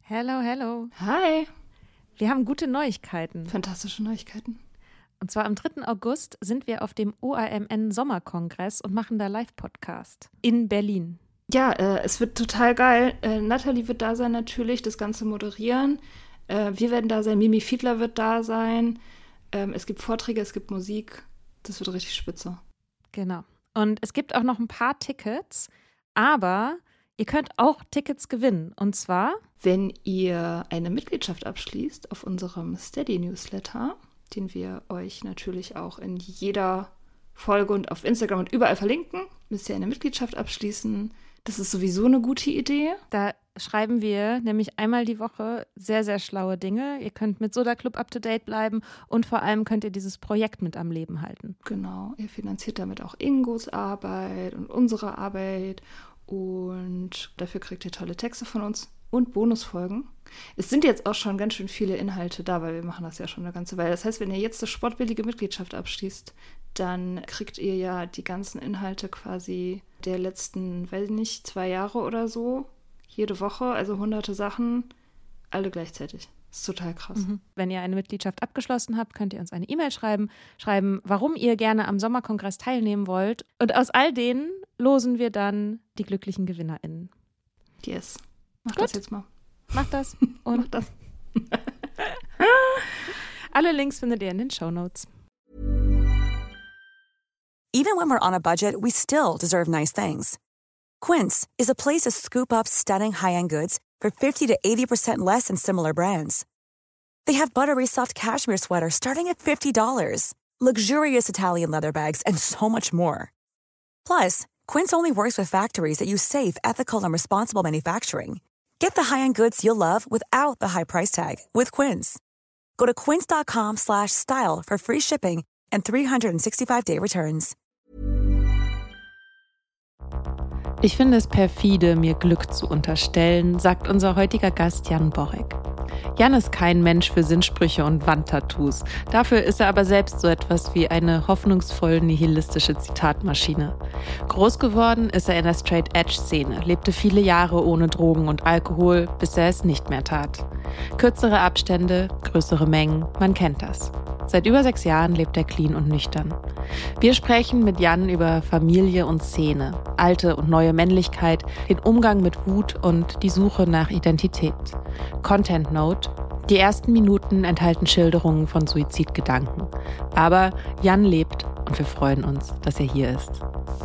Hello, hello. Hi. Wir haben gute Neuigkeiten. Fantastische Neuigkeiten. Und zwar am 3. August sind wir auf dem OAMN-Sommerkongress und machen da Live-Podcast in Berlin. Ja, es wird total geil. Nathalie wird da sein natürlich, das Ganze moderieren. Wir werden da sein, Mimi Fiedler wird da sein. Es gibt Vorträge, es gibt Musik. Das wird richtig spitze. Genau. Und es gibt auch noch ein paar Tickets, aber ihr könnt auch Tickets gewinnen. Und zwar, wenn ihr eine Mitgliedschaft abschließt auf unserem Steady-Newsletter, den wir euch natürlich auch in jeder Folge und auf Instagram und überall verlinken, müsst ihr eine Mitgliedschaft abschließen. Das ist sowieso eine gute Idee. Da schreiben wir nämlich einmal die Woche sehr, sehr schlaue Dinge. Ihr könnt mit Soda Club up-to-date bleiben und vor allem könnt ihr dieses Projekt mit am Leben halten. Genau, ihr finanziert damit auch Ingos Arbeit und unsere Arbeit und dafür kriegt ihr tolle Texte von uns und Bonusfolgen. Es sind jetzt auch schon ganz schön viele Inhalte da, weil wir machen das ja schon eine ganze Weile. Das heißt, wenn ihr jetzt eine sportbillige Mitgliedschaft abschließt, dann kriegt ihr ja die ganzen Inhalte quasi der letzten, weiß ich nicht, 2 Jahre oder so, jede Woche, also hunderte Sachen, alle gleichzeitig. Das ist total krass. Wenn ihr eine Mitgliedschaft abgeschlossen habt, könnt ihr uns eine E-Mail schreiben, warum ihr gerne am Sommerkongress teilnehmen wollt. Und aus all denen losen wir dann die glücklichen GewinnerInnen. Yes. Mach Gut. das jetzt mal. Macht das. Und Mach das. alle Links findet ihr in den Shownotes. Even when we're on a budget, we still deserve nice things. Quince is a place to scoop up stunning high-end goods for 50 to 80% less than similar brands. They have buttery soft cashmere sweaters starting at $50, luxurious Italian leather bags, and so much more. Plus, Quince only works with factories that use safe, ethical, and responsible manufacturing. Get the high-end goods you'll love without the high price tag with Quince. Go to quince.com/style for free shipping and 365-day returns. Ich finde es perfide, mir Glück zu unterstellen, sagt unser heutiger Gast Jan Borek. Jan ist kein Mensch für Sinnsprüche und Wandtattoos. Dafür ist er aber selbst so etwas wie eine hoffnungsvoll nihilistische Zitatmaschine. Groß geworden ist er in der Straight-Edge-Szene, lebte viele Jahre ohne Drogen und Alkohol, bis er es nicht mehr tat. Kürzere Abstände, größere Mengen, man kennt das. Seit über 6 Jahren lebt er clean und nüchtern. Wir sprechen mit Jan über Familie und Szene, alte und neue Männlichkeit, den Umgang mit Wut und die Suche nach Identität. Content Note: Die ersten Minuten enthalten Schilderungen von Suizidgedanken. Aber Jan lebt und wir freuen uns, dass er hier ist.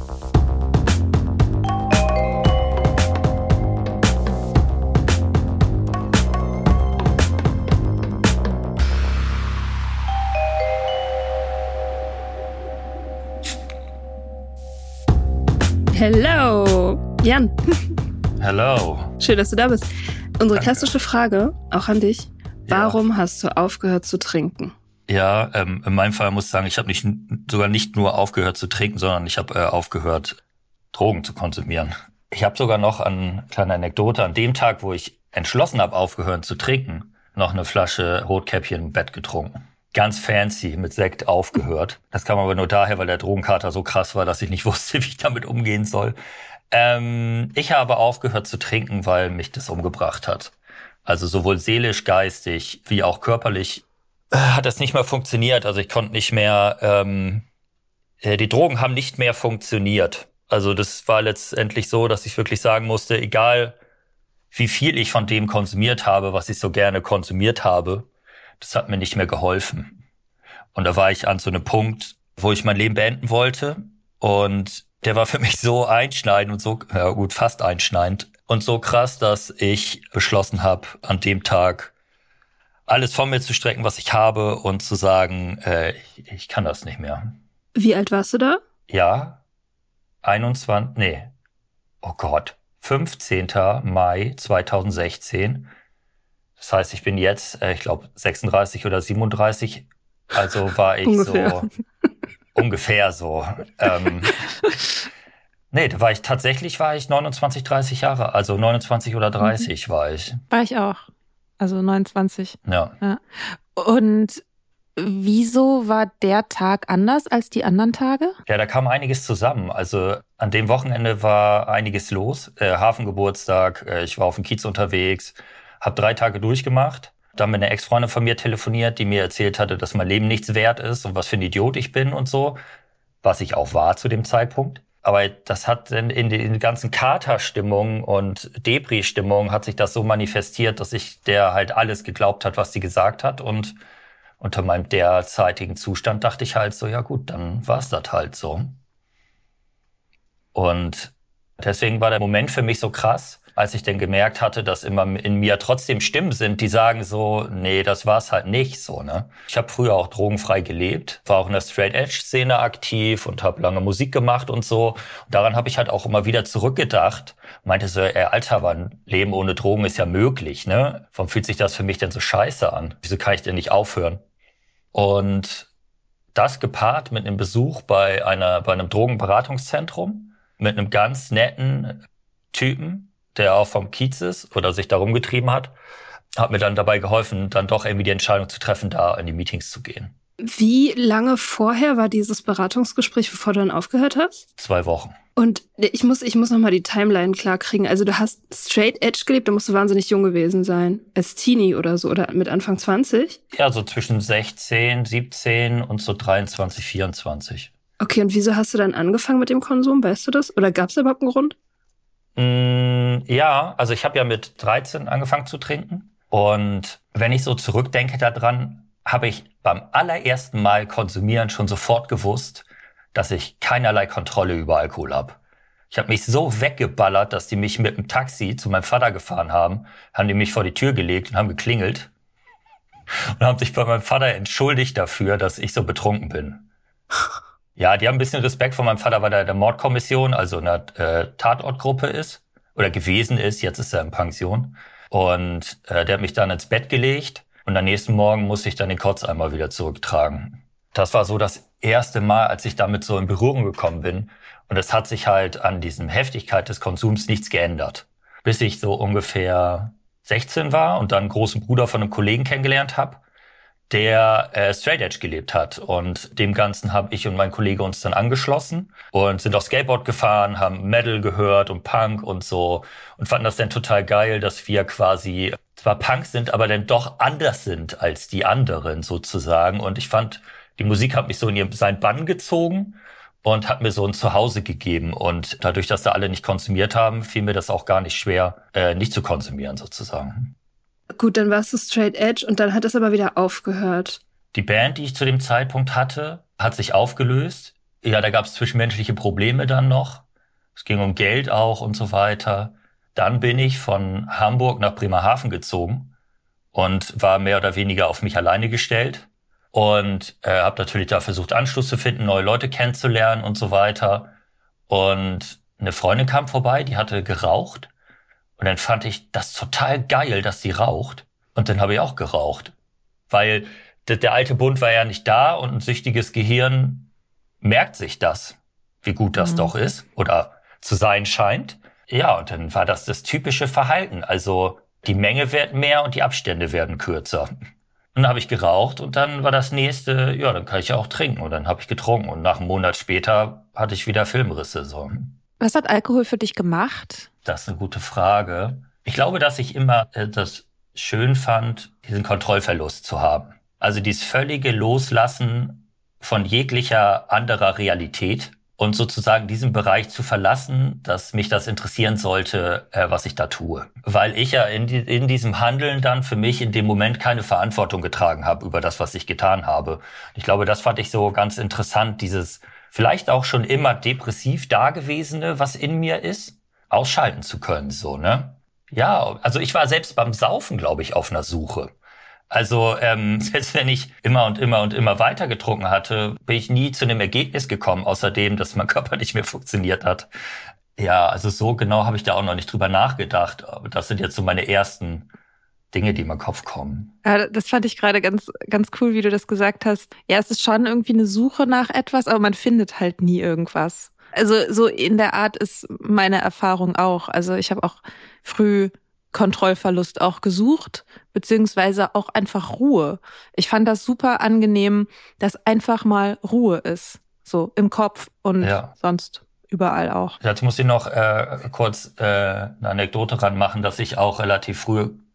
Hello, Jan. Hello. Schön, dass du da bist. Unsere Danke. klassische Frage, auch an dich. Warum hast du aufgehört zu trinken? Ja, in meinem Fall muss ich sagen, ich habe sogar nicht nur aufgehört zu trinken, sondern ich habe aufgehört, Drogen zu konsumieren. Ich habe sogar noch eine kleine Anekdote. An dem Tag, wo ich entschlossen habe, aufgehört zu trinken, noch eine Flasche Rotkäppchen im Bett getrunken. Ganz fancy, mit Sekt aufgehört. Das kam aber nur daher, weil der Drogenkater so krass war, dass ich nicht wusste, wie ich damit umgehen soll. Ich habe aufgehört zu trinken, weil mich das umgebracht hat. Also sowohl seelisch, geistig, wie auch körperlich hat das nicht mehr funktioniert. Also ich konnte nicht mehr, die Drogen haben nicht mehr funktioniert. Also das war letztendlich so, dass ich wirklich sagen musste, egal wie viel ich von dem konsumiert habe, was ich so gerne konsumiert habe, das hat mir nicht mehr geholfen. Und da war ich an so einem Punkt, wo ich mein Leben beenden wollte. Und der war für mich so einschneidend und so, ja gut, fast einschneidend und so krass, dass ich beschlossen habe, an dem Tag alles von mir zu strecken, was ich habe und zu sagen, ich kann das nicht mehr. Wie alt warst du da? Ja, 15. Mai 2016. Das heißt, ich bin jetzt, ich glaube, 36 oder 37. Also war ich Ungefähr. so ungefähr so. Nee, da war ich 29, 30 Jahre. Also 29 oder 30 war ich. War ich auch. Also 29. Ja. Und wieso war der Tag anders als die anderen Tage? Ja, da kam einiges zusammen. Also an dem Wochenende war einiges los. Hafengeburtstag, ich war auf dem Kiez unterwegs, habe 3 Tage durchgemacht. Dann mit einer Ex-Freundin von mir telefoniert, die mir erzählt hatte, dass mein Leben nichts wert ist und was für ein Idiot ich bin und so. Was ich auch war zu dem Zeitpunkt. Aber das hat dann in den ganzen Katerstimmungen und Depri-Stimmungen hat sich das so manifestiert, dass ich der halt alles geglaubt hat, was sie gesagt hat. Und unter meinem derzeitigen Zustand dachte ich halt so, ja gut, dann war's das halt so. Und deswegen war der Moment für mich so krass, als ich dann gemerkt hatte, dass immer in mir trotzdem Stimmen sind, die sagen so, nee, das war's halt nicht so, ne? Ich habe früher auch drogenfrei gelebt, war auch in der Straight-Edge-Szene aktiv und habe lange Musik gemacht und so. Und daran habe ich halt auch immer wieder zurückgedacht. Meinte so, Alter, ein Leben ohne Drogen ist ja möglich, ne? Warum fühlt sich das für mich denn so scheiße an? Wieso kann ich denn nicht aufhören? Und das gepaart mit einem Besuch bei einem Drogenberatungszentrum mit einem ganz netten Typen, der auch vom Kiez ist oder sich da rumgetrieben hat mir dann dabei geholfen, dann doch irgendwie die Entscheidung zu treffen, da in die Meetings zu gehen. Wie lange vorher war dieses Beratungsgespräch, bevor du dann aufgehört hast? 2 Wochen. Und ich muss noch mal die Timeline klar kriegen. Also du hast Straight Edge gelebt, da musst du wahnsinnig jung gewesen sein. Als Teenie oder so, oder mit Anfang 20? Ja, so zwischen 16, 17 und so 23, 24. Okay, und wieso hast du dann angefangen mit dem Konsum? Weißt du das? Oder gab es da überhaupt einen Grund? Ja, also ich habe ja mit 13 angefangen zu trinken. Und wenn ich so zurückdenke daran, habe ich beim allerersten Mal konsumieren schon sofort gewusst, dass ich keinerlei Kontrolle über Alkohol habe. Ich habe mich so weggeballert, dass die mich mit dem Taxi zu meinem Vater gefahren haben die mich vor die Tür gelegt und haben geklingelt und haben sich bei meinem Vater entschuldigt dafür, dass ich so betrunken bin. Ja, die haben ein bisschen Respekt vor meinem Vater, weil er der Mordkommission, also in der Tatortgruppe ist oder gewesen ist. Jetzt ist er in Pension. Und der hat mich dann ins Bett gelegt und am nächsten Morgen musste ich dann den Kotzeimer wieder zurücktragen. Das war so das erste Mal, als ich damit so in Berührung gekommen bin. Und es hat sich halt an diesem Heftigkeit des Konsums nichts geändert. Bis ich so ungefähr 16 war und dann einen großen Bruder von einem Kollegen kennengelernt habe, der Straight Edge gelebt hat. Und dem Ganzen habe ich und mein Kollege uns dann angeschlossen und sind auf Skateboard gefahren, haben Metal gehört und Punk und so und fanden das dann total geil, dass wir quasi zwar Punk sind, aber dann doch anders sind als die anderen sozusagen. Und ich fand, die Musik hat mich so in seinen Bann gezogen und hat mir so ein Zuhause gegeben. Und dadurch, dass da alle nicht konsumiert haben, fiel mir das auch gar nicht schwer, nicht zu konsumieren sozusagen. Gut, dann warst du Straight Edge und dann hat es aber wieder aufgehört. Die Band, die ich zu dem Zeitpunkt hatte, hat sich aufgelöst. Ja, da gab es zwischenmenschliche Probleme dann noch. Es ging um Geld auch und so weiter. Dann bin ich von Hamburg nach Bremerhaven gezogen und war mehr oder weniger auf mich alleine gestellt. Und habe natürlich da versucht, Anschluss zu finden, neue Leute kennenzulernen und so weiter. Und eine Freundin kam vorbei, die hatte geraucht. Und dann fand ich das total geil, dass sie raucht. Und dann habe ich auch geraucht. Weil der alte Bund war ja nicht da und ein süchtiges Gehirn merkt sich das, wie gut das doch ist oder zu sein scheint. Ja, und dann war das typische Verhalten. Also die Menge wird mehr und die Abstände werden kürzer. Und dann habe ich geraucht und dann war das nächste, ja, dann kann ich ja auch trinken. Und dann habe ich getrunken und nach einem Monat später hatte ich wieder Filmrisse. So. Was hat Alkohol für dich gemacht? Das ist eine gute Frage. Ich glaube, dass ich immer das schön fand, diesen Kontrollverlust zu haben. Also dieses völlige Loslassen von jeglicher anderer Realität und sozusagen diesen Bereich zu verlassen, dass mich das interessieren sollte, was ich da tue. Weil ich ja in diesem Handeln dann für mich in dem Moment keine Verantwortung getragen habe über das, was ich getan habe. Ich glaube, das fand ich so ganz interessant, dieses vielleicht auch schon immer depressiv Dagewesene, was in mir ist, ausschalten zu können, so, ne? Ja, also ich war selbst beim Saufen, glaube ich, auf einer Suche. Also selbst wenn ich immer und immer weiter getrunken hatte, bin ich nie zu einem Ergebnis gekommen, außerdem, dass mein Körper nicht mehr funktioniert hat. Ja, also so genau habe ich da auch noch nicht drüber nachgedacht. Aber das sind jetzt so meine ersten Dinge, die in meinen Kopf kommen. Ja, das fand ich gerade ganz, ganz cool, wie du das gesagt hast. Ja, es ist schon irgendwie eine Suche nach etwas, aber man findet halt nie irgendwas. Also so in der Art ist meine Erfahrung auch. Also ich habe auch früh Kontrollverlust auch gesucht, beziehungsweise auch einfach Ruhe. Ich fand das super angenehm, dass einfach mal Ruhe ist. So im Kopf und sonst überall auch. Jetzt muss ich noch kurz eine Anekdote ranmachen, dass ich auch relativ früh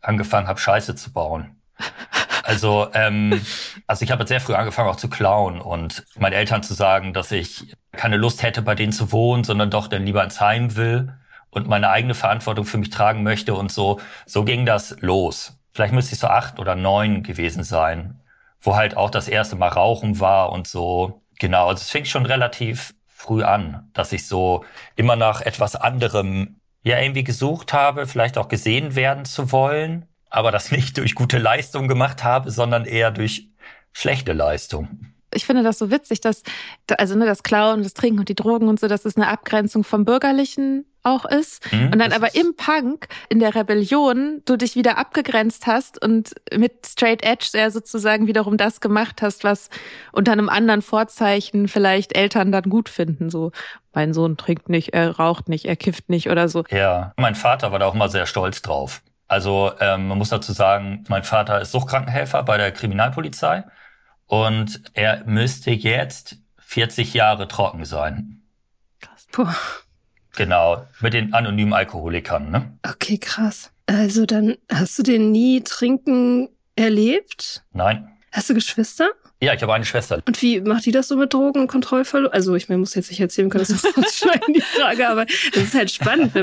angefangen habe, Scheiße zu bauen. Also ich habe sehr früh angefangen auch zu klauen und meinen Eltern zu sagen, dass ich keine Lust hätte, bei denen zu wohnen, sondern doch dann lieber ins Heim will und meine eigene Verantwortung für mich tragen möchte und so. So ging das los. Vielleicht müsste ich so 8 oder 9 gewesen sein, wo halt auch das erste Mal Rauchen war und so. Genau, also es fing schon relativ früh an, dass ich so immer nach etwas anderem ja irgendwie gesucht habe, vielleicht auch gesehen werden zu wollen, aber das nicht durch gute Leistung gemacht habe, sondern eher durch schlechte Leistung. Ich finde das so witzig, dass das Klauen, das Trinken und die Drogen und so, dass es eine Abgrenzung vom Bürgerlichen auch ist. Und dann aber im Punk, in der Rebellion, du dich wieder abgegrenzt hast und mit Straight Edge sehr sozusagen wiederum das gemacht hast, was unter einem anderen Vorzeichen vielleicht Eltern dann gut finden. So, mein Sohn trinkt nicht, er raucht nicht, er kifft nicht oder so. Ja, mein Vater war da auch mal sehr stolz drauf. Also man muss dazu sagen, mein Vater ist Suchtkrankenhelfer bei der Kriminalpolizei. Und er müsste jetzt 40 Jahre trocken sein. Krass. Boah. Genau, mit den anonymen Alkoholikern, ne? Okay, krass. Also dann hast du den nie trinken erlebt? Nein. Hast du Geschwister? Ja, ich habe eine Schwester. Und wie macht die das so mit Drogen und Kontrollverlust? Also ich meine, muss jetzt nicht erzählen, können das rausschneiden, die Frage, aber es ist halt spannend,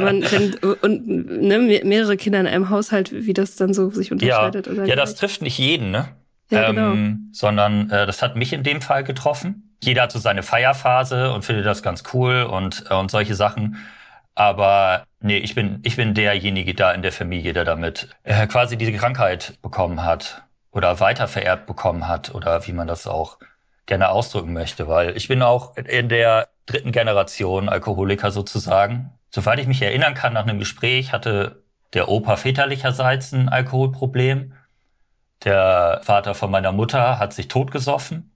wenn mehrere Kinder in einem Haushalt, wie das dann so sich unterscheidet. Ja, oder ja, das trifft nicht jeden, ne? Ja, genau. Sondern das hat mich in dem Fall getroffen. Jeder hat so seine Feierphase und findet das ganz cool und solche Sachen. Aber nee, ich bin derjenige da in der Familie, der damit quasi diese Krankheit bekommen hat oder weitervererbt bekommen hat oder wie man das auch gerne ausdrücken möchte. Weil ich bin auch in der 3. Generation Alkoholiker sozusagen. Soweit ich mich erinnern kann, nach einem Gespräch hatte der Opa väterlicherseits ein Alkoholproblem. Der Vater von meiner Mutter hat sich totgesoffen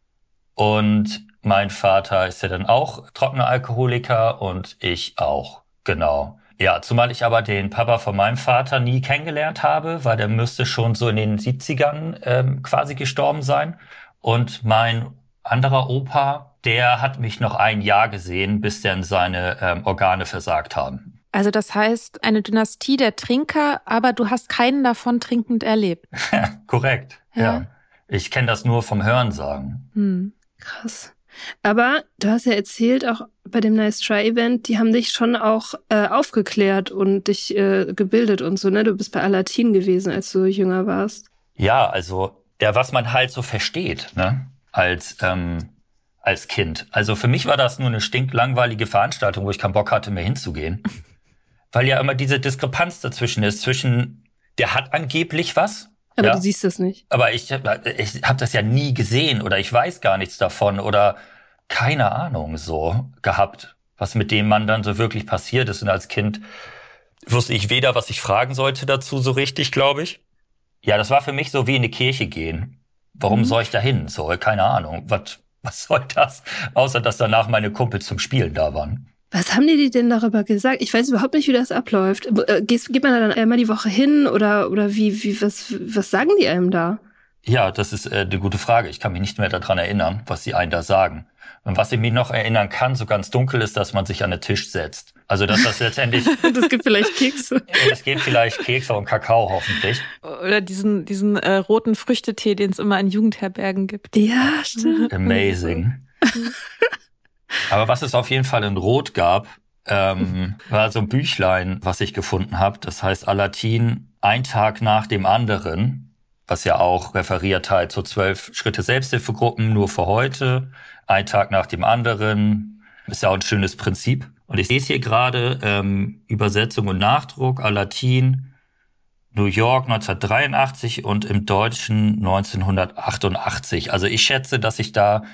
und mein Vater ist ja dann auch trockener Alkoholiker und ich auch, genau. Ja, zumal ich aber den Papa von meinem Vater nie kennengelernt habe, weil der müsste schon so in den 70ern quasi gestorben sein. Und mein anderer Opa, der hat mich noch ein Jahr gesehen, bis dann seine Organe versagt haben. Also das heißt, eine Dynastie der Trinker, aber du hast keinen davon trinkend erlebt. Korrekt, ja. Ich kenne das nur vom Hörensagen. Krass. Aber du hast ja erzählt, auch bei dem Nice Try Event, die haben dich schon auch aufgeklärt und dich gebildet und so, ne? Du bist bei Alatin gewesen, als du jünger warst. Ja, also was man halt so versteht, ne? Als Kind. Also für mich war das nur eine stinklangweilige Veranstaltung, wo ich keinen Bock hatte, mehr hinzugehen. Weil ja immer diese Diskrepanz dazwischen ist, der hat angeblich was. Aber ja, du siehst das nicht. Aber ich hab das ja nie gesehen oder ich weiß gar nichts davon oder keine Ahnung so gehabt, was mit dem Mann dann so wirklich passiert ist. Und als Kind wusste ich weder, was ich fragen sollte dazu so richtig, glaube ich. Ja, das war für mich so wie in eine Kirche gehen. Warum soll ich da hin? So, keine Ahnung. Was soll das? Außer, dass danach meine Kumpels zum Spielen da waren. Was haben die denn darüber gesagt? Ich weiß überhaupt nicht, wie das abläuft. Geht man da dann einmal die Woche hin oder was sagen die einem da? Ja, das ist eine gute Frage. Ich kann mich nicht mehr daran erinnern, was die einen da sagen. Und was ich mich noch erinnern kann, so ganz dunkel, ist, dass man sich an den Tisch setzt. Also, dass das letztendlich... Es gibt vielleicht Kekse. Es gibt vielleicht Kekse und Kakao, hoffentlich. Oder diesen roten Früchtetee, den es immer in Jugendherbergen gibt. Ja, stimmt. Amazing. Aber was es auf jeden Fall in Rot gab, war so ein Büchlein, was ich gefunden habe. Das heißt Alatin, ein Tag nach dem anderen, was ja auch referiert halt so 12 Schritte Selbsthilfegruppen, nur für heute, ein Tag nach dem anderen. Ist ja auch ein schönes Prinzip. Und ich sehe es hier gerade, Übersetzung und Nachdruck, Alatin, New York 1983 und im Deutschen 1988. Also ich schätze, dass ich da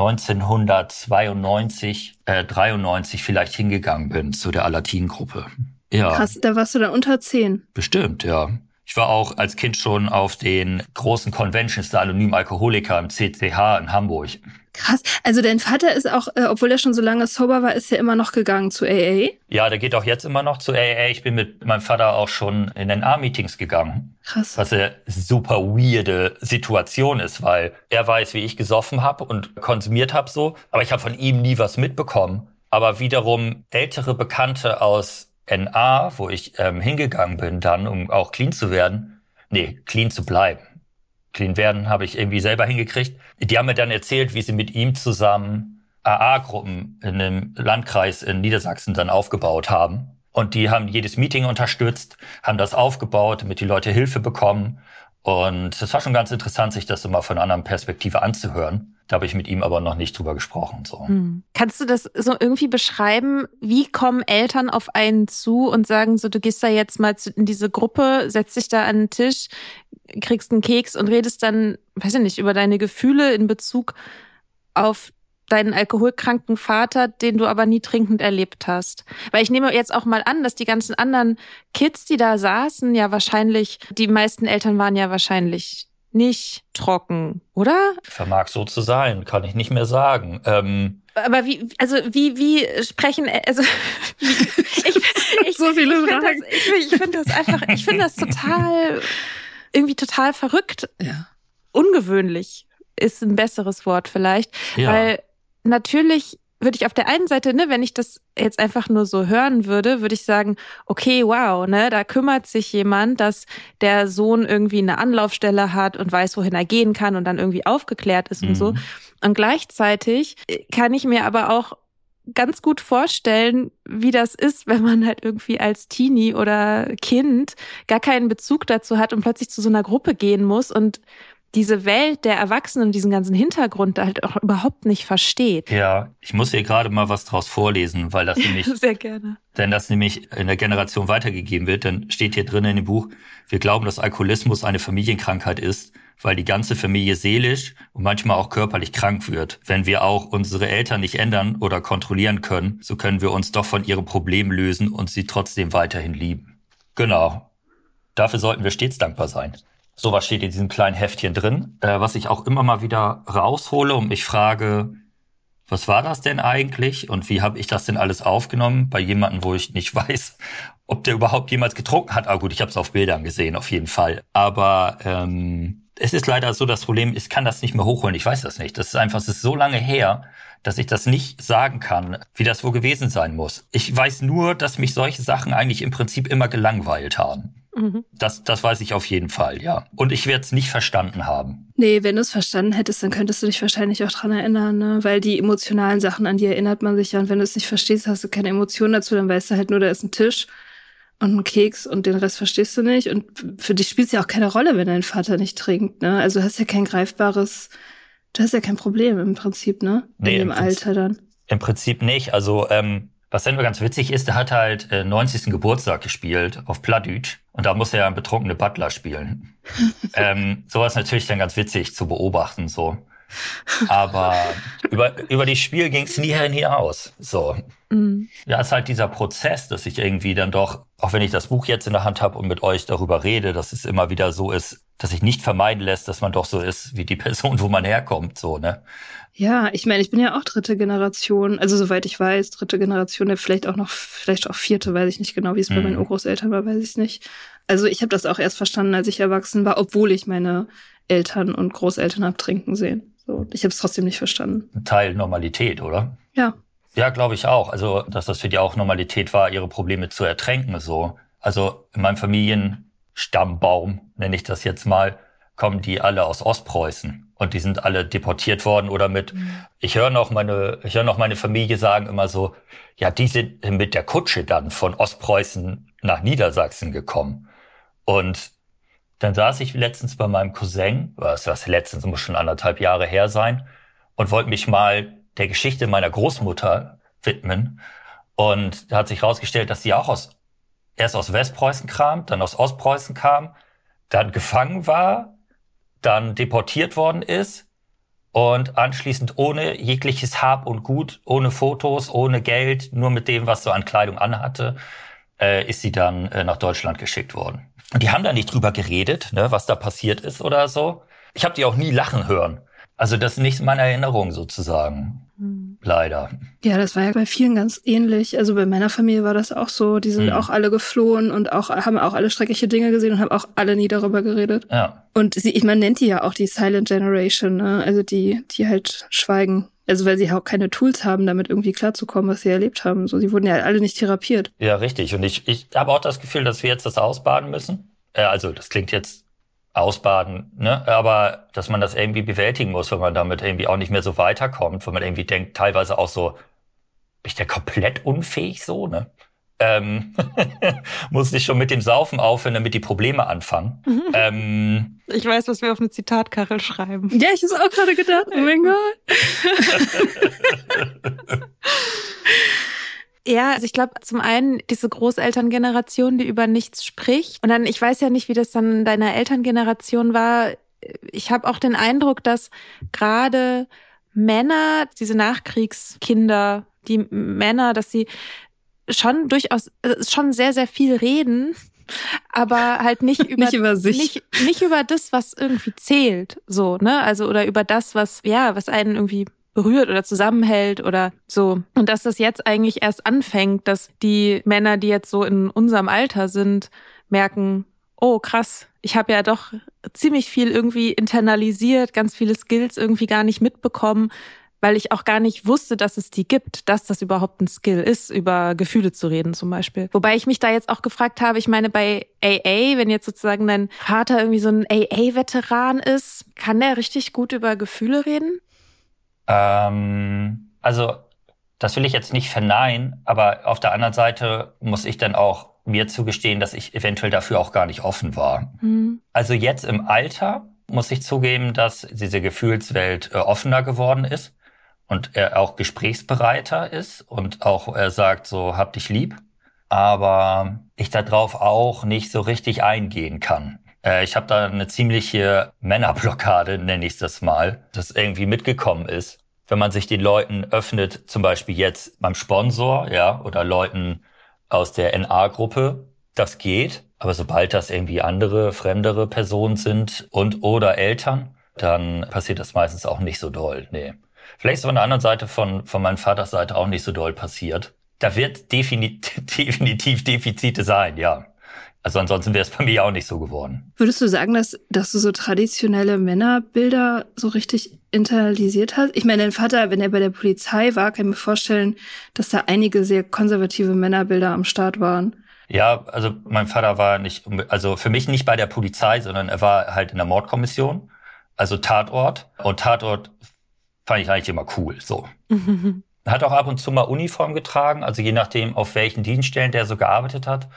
1992, 93 vielleicht hingegangen bin zu der Alatin-Gruppe. Ja. Krass, da warst du dann unter 10. Bestimmt, ja. Ich war auch als Kind schon auf den großen Conventions der anonymen Alkoholiker im CCH in Hamburg. Krass. Also dein Vater ist auch, obwohl er schon so lange sober war, ist er immer noch gegangen zu AA? Ja, der geht auch jetzt immer noch zu AA. Ich bin mit meinem Vater auch schon in den A-Meetings gegangen. Krass. Was eine super weirde Situation ist, weil er weiß, wie ich gesoffen habe und konsumiert habe so. Aber ich habe von ihm nie was mitbekommen. Aber wiederum ältere Bekannte aus NA, wo ich hingegangen bin dann, um auch clean zu werden, clean zu bleiben. Clean werden habe ich irgendwie selber hingekriegt. Die haben mir dann erzählt, wie sie mit ihm zusammen AA-Gruppen in einem Landkreis in Niedersachsen dann aufgebaut haben. Und die haben jedes Meeting unterstützt, haben das aufgebaut, damit die Leute Hilfe bekommen. Und das war schon ganz interessant, sich das immer von einer anderen Perspektive anzuhören. Da habe ich mit ihm aber noch nicht drüber gesprochen. So. Kannst du das so irgendwie beschreiben? Wie kommen Eltern auf einen zu und sagen so, du gehst da jetzt mal in diese Gruppe, setzt dich da an den Tisch, kriegst einen Keks und redest dann, weiß ich nicht, über deine Gefühle in Bezug auf deinen alkoholkranken Vater, den du aber nie trinkend erlebt hast. Weil ich nehme jetzt auch mal an, dass die ganzen anderen Kids, die da saßen, ja wahrscheinlich, die meisten Eltern waren ja wahrscheinlich nicht trocken, oder? Vermag so zu sein, kann ich nicht mehr sagen. Aber wie sprechen, also ich so viele Fragen. Ich finde das total verrückt. Ja. Ungewöhnlich ist ein besseres Wort vielleicht, weil natürlich würde ich auf der einen Seite, wenn ich das jetzt einfach nur so hören würde, würde ich sagen, okay, wow, da kümmert sich jemand, dass der Sohn irgendwie eine Anlaufstelle hat und weiß, wohin er gehen kann und dann irgendwie aufgeklärt ist und so. Und gleichzeitig kann ich mir aber auch ganz gut vorstellen, wie das ist, wenn man halt irgendwie als Teenie oder Kind gar keinen Bezug dazu hat und plötzlich zu so einer Gruppe gehen muss und diese Welt der Erwachsenen und diesen ganzen Hintergrund halt auch überhaupt nicht versteht. Ja, ich muss hier gerade mal was draus vorlesen, weil das nämlich sehr gerne. Wenn das nämlich in der Generation weitergegeben wird, dann steht hier drin in dem Buch, wir glauben, dass Alkoholismus eine Familienkrankheit ist, weil die ganze Familie seelisch und manchmal auch körperlich krank wird. Wenn wir auch unsere Eltern nicht ändern oder kontrollieren können, so können wir uns doch von ihren Problemen lösen und sie trotzdem weiterhin lieben. Genau. Dafür sollten wir stets dankbar sein. Sowas steht in diesem kleinen Heftchen drin, was ich auch immer mal wieder raushole und mich frage, was war das denn eigentlich und wie habe ich das denn alles aufgenommen bei jemandem, wo ich nicht weiß, ob der überhaupt jemals getrunken hat. Gut, ich habe es auf Bildern gesehen, auf jeden Fall. Aber es ist leider so das Problem, ich kann das nicht mehr hochholen, ich weiß das nicht. Es ist so lange her, dass ich das nicht sagen kann, wie das wohl gewesen sein muss. Ich weiß nur, dass mich solche Sachen eigentlich im Prinzip immer gelangweilt haben. Das weiß ich auf jeden Fall, ja. Und ich werde es nicht verstanden haben. Nee, wenn du es verstanden hättest, dann könntest du dich wahrscheinlich auch dran erinnern, ne? Weil die emotionalen Sachen, an die erinnert man sich ja. Und wenn du es nicht verstehst, hast du keine Emotionen dazu, dann weißt du halt nur, da ist ein Tisch und ein Keks und den Rest verstehst du nicht. Und für dich spielt es ja auch keine Rolle, wenn dein Vater nicht trinkt, ne? Also du hast ja kein Problem im Prinzip, ne? Nee, in dem Alter dann. Im Prinzip nicht. Also, was dann ganz witzig ist, der hat halt 90. Geburtstag gespielt auf Plattdeutsch und da muss er ja einen betrunkenen Butler spielen. Sowas natürlich dann ganz witzig zu beobachten, so. Aber über das Spiel ging es nie hinaus, so. Ja, es ist halt dieser Prozess, dass ich irgendwie dann doch, auch wenn ich das Buch jetzt in der Hand habe und mit euch darüber rede, dass es immer wieder so ist, dass sich nicht vermeiden lässt, dass man doch so ist wie die Person, wo man herkommt, so, ne? Ja, ich meine, ich bin ja auch 3. Generation, also soweit ich weiß, 3. Generation, vielleicht auch 4., weiß ich nicht genau, wie es bei meinen Urgroßeltern war, weiß ich nicht. Also ich habe das auch erst verstanden, als ich erwachsen war, obwohl ich meine Eltern und Großeltern habe trinken sehen. So, ich habe es trotzdem nicht verstanden. Ein Teil Normalität, oder? Ja. Ja, glaube ich auch. Also, dass das für die auch Normalität war, ihre Probleme zu ertränken, so. Also in meinem Familienstammbaum, nenne ich das jetzt mal, kommen die alle aus Ostpreußen. Und die sind alle deportiert worden oder ich höre noch meine Familie sagen immer so, ja, die sind mit der Kutsche dann von Ostpreußen nach Niedersachsen gekommen. Und dann saß ich letztens bei meinem Cousin, muss schon 1,5 Jahre her sein, und wollte mich mal der Geschichte meiner Großmutter widmen. Und da hat sich herausgestellt, dass sie auch erst aus Westpreußen kam, dann aus Ostpreußen kam, dann gefangen war, dann deportiert worden ist und anschließend ohne jegliches Hab und Gut, ohne Fotos, ohne Geld, nur mit dem, was so an Kleidung anhatte, ist sie dann nach Deutschland geschickt worden. Und die haben da nicht drüber geredet, ne, was da passiert ist oder so. Ich habe die auch nie lachen hören. Also das ist nicht meine Erinnerung sozusagen. Leider. Ja, das war ja bei vielen ganz ähnlich. Also bei meiner Familie war das auch so. Die sind auch alle geflohen und haben auch alle schreckliche Dinge gesehen und haben auch alle nie darüber geredet. Ja. Und man nennt die ja auch die Silent Generation, ne? Also die halt schweigen Also weil sie auch keine Tools haben, damit irgendwie klarzukommen, was sie erlebt haben. So, sie wurden ja alle nicht therapiert. Ja, richtig. Und ich habe auch das Gefühl, dass wir jetzt das ausbaden müssen. Also das klingt jetzt ausbaden, ne? Aber dass man das irgendwie bewältigen muss, wenn man damit irgendwie auch nicht mehr so weiterkommt, wenn man irgendwie denkt, teilweise auch so, bin ich da komplett unfähig so, ne? Muss ich schon mit dem Saufen aufhören, damit die Probleme anfangen. Ich weiß, was wir auf eine Zitatkachel schreiben. Ja, ich hab's auch gerade gedacht. Oh mein Gott. Ja, also ich glaube, zum einen diese Großelterngeneration, die über nichts spricht. Und dann, ich weiß ja nicht, wie das dann in deiner Elterngeneration war. Ich habe auch den Eindruck, dass gerade Männer, diese Nachkriegskinder, die Männer, dass sie schon durchaus, schon sehr, sehr viel reden, aber halt nicht über, nicht über sich. Nicht über das, was irgendwie zählt, so, ne? Also, oder über das, was einen irgendwie berührt oder zusammenhält oder so. Und dass das jetzt eigentlich erst anfängt, dass die Männer, die jetzt so in unserem Alter sind, merken, oh krass, ich habe ja doch ziemlich viel irgendwie internalisiert, ganz viele Skills irgendwie gar nicht mitbekommen, weil ich auch gar nicht wusste, dass es die gibt, dass das überhaupt ein Skill ist, über Gefühle zu reden zum Beispiel. Wobei ich mich da jetzt auch gefragt habe, ich meine bei AA, wenn jetzt sozusagen dein Vater irgendwie so ein AA-Veteran ist, kann der richtig gut über Gefühle reden? Also das will ich jetzt nicht verneinen, aber auf der anderen Seite muss ich dann auch mir zugestehen, dass ich eventuell dafür auch gar nicht offen war. Also jetzt im Alter muss ich zugeben, dass diese Gefühlswelt offener geworden ist und er auch gesprächsbereiter ist und auch er sagt so, hab dich lieb, aber ich darauf auch nicht so richtig eingehen kann. Ich habe da eine ziemliche Männerblockade, nenne ich das mal, das irgendwie mitgekommen ist. Wenn man sich den Leuten öffnet, zum Beispiel jetzt beim Sponsor, ja, oder Leuten aus der NA-Gruppe, das geht. Aber sobald das irgendwie andere, fremdere Personen sind und oder Eltern, dann passiert das meistens auch nicht so doll. Nee. Vielleicht ist von der anderen Seite von meinem Vaters Seite auch nicht so doll passiert. Da wird definitiv Defizite sein, ja. Also ansonsten wäre es bei mir auch nicht so geworden. Würdest du sagen, dass du so traditionelle Männerbilder so richtig internalisiert hast? Ich meine, dein Vater, wenn er bei der Polizei war, kann ich mir vorstellen, dass da einige sehr konservative Männerbilder am Start waren. Ja, also mein Vater war nicht, also für mich nicht bei der Polizei, sondern er war halt in der Mordkommission, also Tatort. Und Tatort fand ich eigentlich immer cool, so. Hat auch ab und zu mal Uniform getragen, also je nachdem, auf welchen Dienststellen der so gearbeitet hat.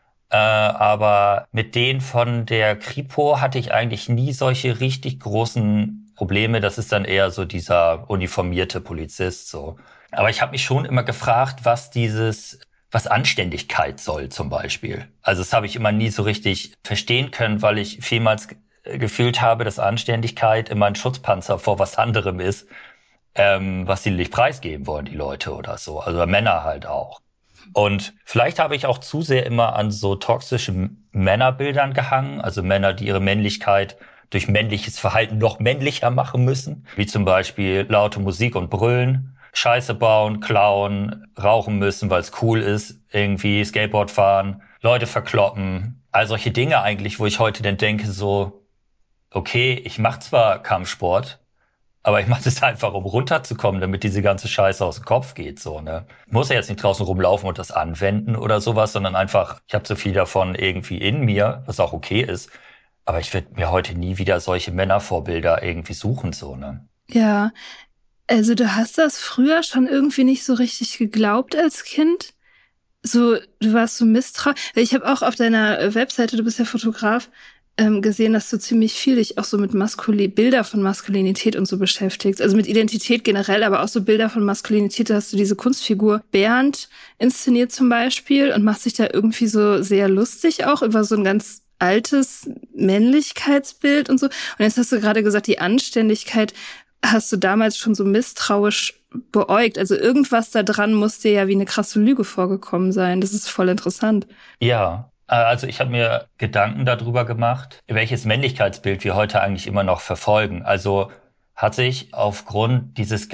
Aber mit denen von der Kripo hatte ich eigentlich nie solche richtig großen Probleme. Das ist dann eher so dieser uniformierte Polizist, so. Aber ich habe mich schon immer gefragt, was Anständigkeit soll zum Beispiel. Also das habe ich immer nie so richtig verstehen können, weil ich vielmals gefühlt habe, dass Anständigkeit immer ein Schutzpanzer vor was anderem ist, was sie nicht preisgeben wollen, die Leute oder so. Also Männer halt auch. Und vielleicht habe ich auch zu sehr immer an so toxischen Männerbildern gehangen, also Männer, die ihre Männlichkeit durch männliches Verhalten noch männlicher machen müssen, wie zum Beispiel laute Musik und Brüllen, Scheiße bauen, klauen, rauchen müssen, weil es cool ist, irgendwie Skateboard fahren, Leute verkloppen, all solche Dinge eigentlich, wo ich heute dann denke so, okay, ich mache zwar Kampfsport, aber ich mache das einfach, um runterzukommen, damit diese ganze Scheiße aus dem Kopf geht, so, ne. Ich muss ja jetzt nicht draußen rumlaufen und das anwenden oder sowas, sondern einfach, ich habe so viel davon irgendwie in mir, was auch okay ist. Aber ich werde mir heute nie wieder solche Männervorbilder irgendwie suchen, so, ne. Ja, also du hast das früher schon irgendwie nicht so richtig geglaubt als Kind? So, du warst so misstrauisch. Ich habe auch auf deiner Webseite, du bist ja Fotograf, gesehen, dass du ziemlich viel dich auch so mit Bilder von Maskulinität und so beschäftigst. Also mit Identität generell, aber auch so Bilder von Maskulinität. Da hast du diese Kunstfigur Bernd inszeniert zum Beispiel und machst dich da irgendwie so sehr lustig auch über so ein ganz altes Männlichkeitsbild und so. Und jetzt hast du gerade gesagt, die Anständigkeit hast du damals schon so misstrauisch beäugt. Also irgendwas da dran muss dir ja wie eine krasse Lüge vorgekommen sein. Das ist voll interessant. Ja. Also ich habe mir Gedanken darüber gemacht, welches Männlichkeitsbild wir heute eigentlich immer noch verfolgen. Also hat sich aufgrund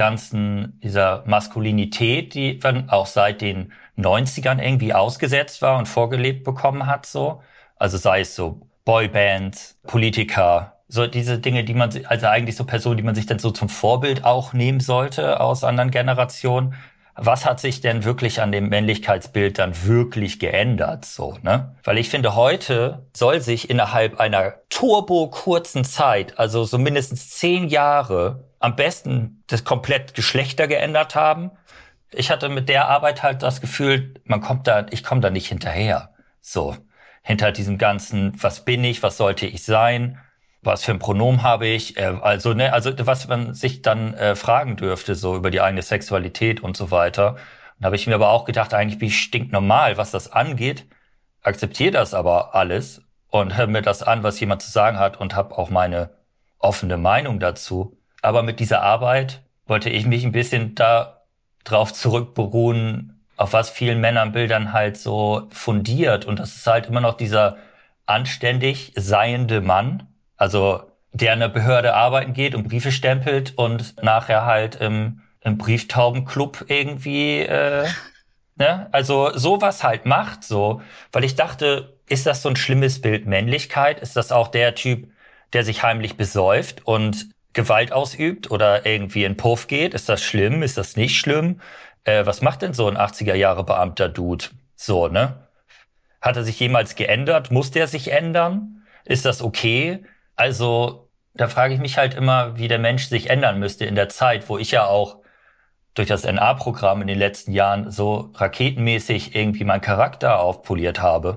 dieser Maskulinität, die dann auch seit den 90ern irgendwie ausgesetzt war und vorgelebt bekommen hat, so. Also sei es so Boybands, Politiker, so diese Dinge, die man, also eigentlich so Personen, die man sich dann so zum Vorbild auch nehmen sollte aus anderen Generationen. Was hat sich denn wirklich an dem Männlichkeitsbild dann wirklich geändert, so, ne? Weil ich finde, heute soll sich innerhalb einer turbo-kurzen Zeit, also so mindestens 10 Jahre, am besten das komplett Geschlechter geändert haben. Ich hatte mit der Arbeit halt das Gefühl, ich komme da nicht hinterher. So, hinter diesem ganzen, was bin ich, was sollte ich sein, was für ein Pronomen habe ich, also was man sich dann fragen dürfte, so über die eigene Sexualität und so weiter. Und da habe ich mir aber auch gedacht, eigentlich bin ich stinknormal, was das angeht, akzeptiere das aber alles und höre mir das an, was jemand zu sagen hat und habe auch meine offene Meinung dazu. Aber mit dieser Arbeit wollte ich mich ein bisschen da drauf zurückberuhen, auf was vielen Männerbildern halt so fundiert. Und das ist halt immer noch dieser anständig seiende Mann, also der in einer Behörde arbeiten geht und Briefe stempelt und nachher halt im Brieftaubenclub irgendwie, ne? Also sowas halt macht, so. Weil ich dachte, ist das so ein schlimmes Bild Männlichkeit? Ist das auch der Typ, der sich heimlich besäuft und Gewalt ausübt oder irgendwie in Puff geht? Ist das schlimm? Ist das nicht schlimm? Was macht denn so ein 80er-Jahre-Beamter-Dude? So, ne? Hat er sich jemals geändert? Muss der sich ändern? Ist das okay? Also, da frage ich mich halt immer, wie der Mensch sich ändern müsste in der Zeit, wo ich ja auch durch das NA-Programm in den letzten Jahren so raketenmäßig irgendwie meinen Charakter aufpoliert habe.